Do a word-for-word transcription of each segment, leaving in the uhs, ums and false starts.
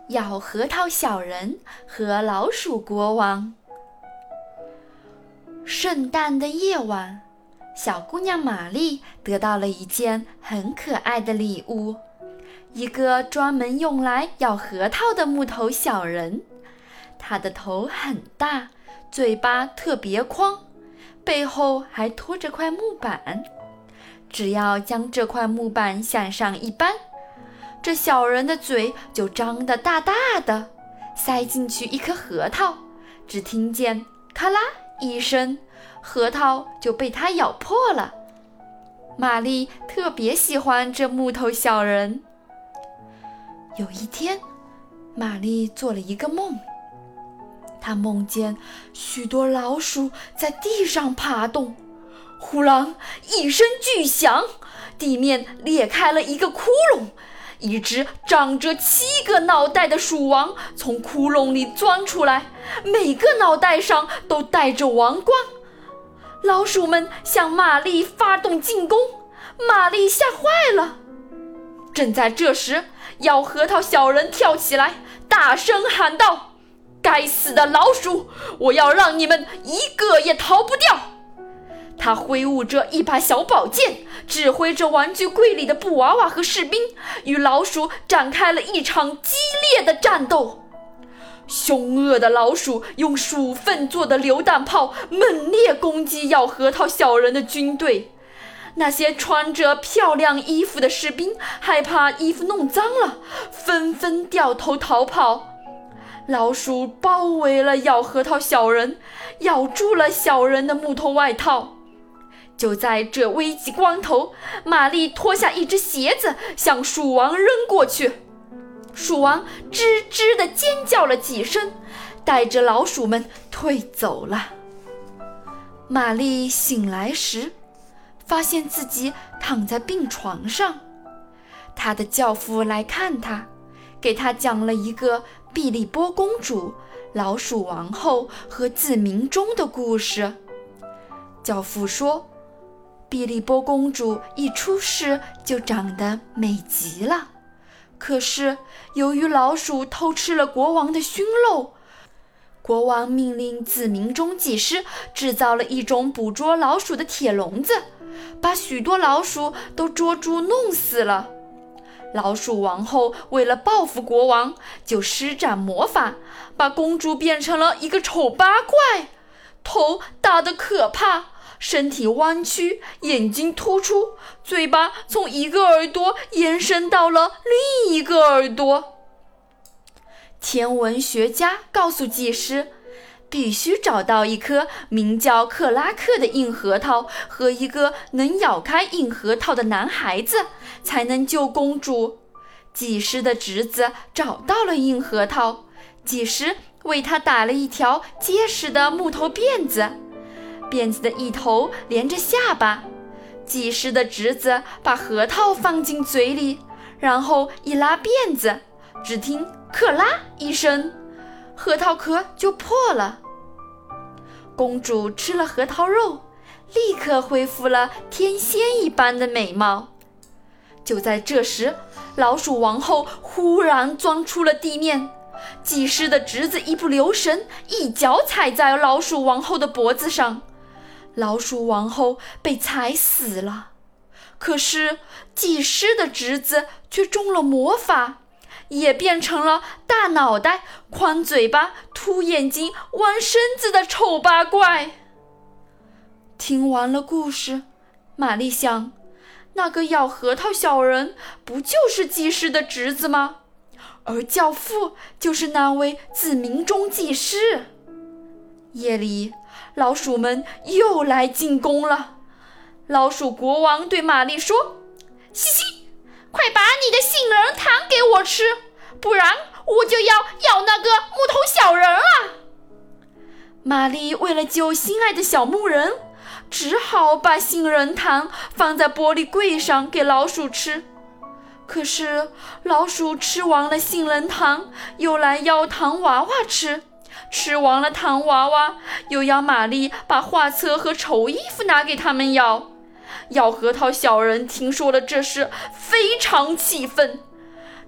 咬核桃小人和老鼠国王。圣诞的夜晚，小姑娘玛丽得到了一件很可爱的礼物，一个专门用来咬核桃的木头小人。它的头很大，嘴巴特别宽，背后还拖着块木板。只要将这块木板向上一搬，这小人的嘴就张得大大的，塞进去一颗核桃，只听见咔啦一声，核桃就被它咬破了。玛丽特别喜欢这木头小人。有一天，玛丽做了一个梦，她梦见许多老鼠在地上爬动，忽然一声巨响，地面裂开了一个窟窿，一只长着七个脑袋的鼠王从窟窿里钻出来，每个脑袋上都戴着王冠。老鼠们向玛丽发动进攻，玛丽吓坏了。正在这时，咬核桃小人跳起来，大声喊道：该死的老鼠，我要让你们一个也逃不掉！他挥舞着一把小宝剑，指挥着玩具柜里的布娃娃和士兵，与老鼠展开了一场激烈的战斗。凶恶的老鼠用鼠粪做的榴弹炮猛烈攻击咬核桃小人的军队。那些穿着漂亮衣服的士兵害怕衣服弄脏了，纷纷掉头逃跑。老鼠包围了咬核桃小人，咬住了小人的木头外套。就在这危急关头，玛丽脱下一只鞋子向鼠王扔过去，鼠王吱吱地尖叫了几声，带着老鼠们退走了。玛丽醒来时，发现自己躺在病床上，她的教父来看她，给她讲了一个碧丽波公主、老鼠王后和自鸣钟的故事。教父说，碧丽波公主一出世就长得美极了，可是由于老鼠偷吃了国王的熏肉，国王命令自鸣钟技师制造了一种捕捉老鼠的铁笼子，把许多老鼠都捉住弄死了。老鼠王后为了报复国王，就施展魔法，把公主变成了一个丑八怪，头大得可怕，身体弯曲，眼睛突出，嘴巴从一个耳朵延伸到了另一个耳朵。天文学家告诉技师，必须找到一颗名叫克拉克的硬核桃和一个能咬开硬核桃的男孩子，才能救公主。技师的侄子找到了硬核桃，技师为他打了一条结实的木头辫子，辫子的一头连着下巴。技师的侄子把核桃放进嘴里，然后一拉辫子，只听克拉一声，核桃壳就破了。公主吃了核桃肉，立刻恢复了天仙一般的美貌。就在这时，老鼠王后忽然钻出了地面，技师的侄子一不留神，一脚踩在老鼠王后的脖子上，老鼠王后被踩死了。可是技师的侄子却中了魔法，也变成了大脑袋、宽嘴巴、凸眼睛、弯身子的丑八怪。听完了故事，玛丽想，那个咬核桃小人不就是技师的侄子吗？而教父就是那位自鸣钟技师。夜里，老鼠们又来进攻了。老鼠国王对玛丽说，西西，快把你的杏仁糖给我吃，不然我就要咬那个木头小人啊！玛丽为了救心爱的小木人，只好把杏仁糖放在玻璃柜上给老鼠吃。可是老鼠吃完了杏仁糖，又来要糖娃娃吃，吃完了糖娃娃，又要玛丽把画册和绸衣服拿给他们咬。咬核桃小人听说了这事，非常气愤，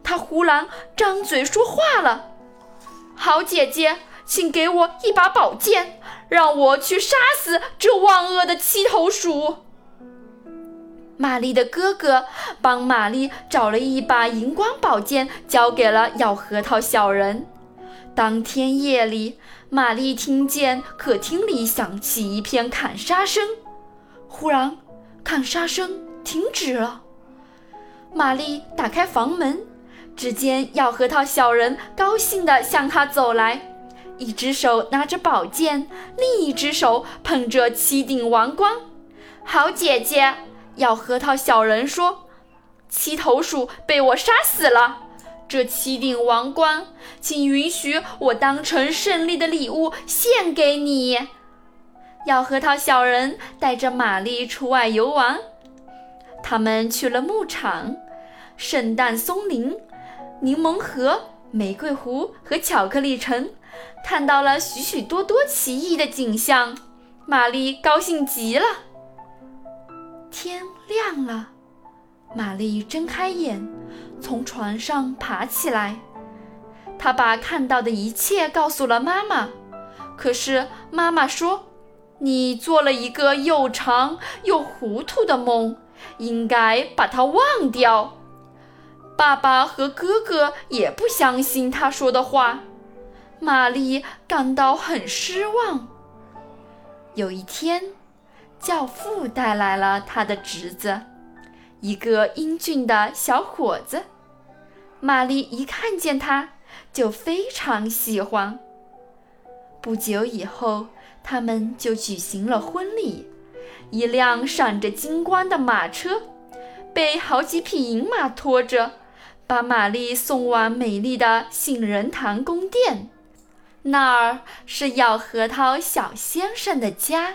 他忽然张嘴说话了：“好姐姐，请给我一把宝剑，让我去杀死这万恶的七头鼠。”玛丽的哥哥帮玛丽找了一把荧光宝剑，交给了咬核桃小人。当天夜里，玛丽听见客厅里响起一片砍杀声，忽然砍杀声停止了。玛丽打开房门，只见咬核桃小人高兴地向她走来，一只手拿着宝剑，另一只手捧着七顶王冠。好姐姐，咬核桃小人说，七头鼠被我杀死了，这七顶王冠，请允许我当成胜利的礼物献给你。咬核桃小人带着玛丽出外游玩，他们去了牧场、圣诞松林、柠檬河、玫瑰湖和巧克力城，看到了许许多多奇异的景象，玛丽高兴极了。天亮了，玛丽睁开眼，从床上爬起来。她把看到的一切告诉了妈妈，可是妈妈说，你做了一个又长又糊涂的梦，应该把它忘掉。爸爸和哥哥也不相信她说的话，玛丽感到很失望。有一天，教父带来了他的侄子，一个英俊的小伙子。玛丽一看见他，就非常喜欢。不久以后，他们就举行了婚礼。一辆闪着金光的马车，被好几匹银马拖着，把玛丽送往美丽的杏仁堂宫殿。那儿是咬核桃小先生的家。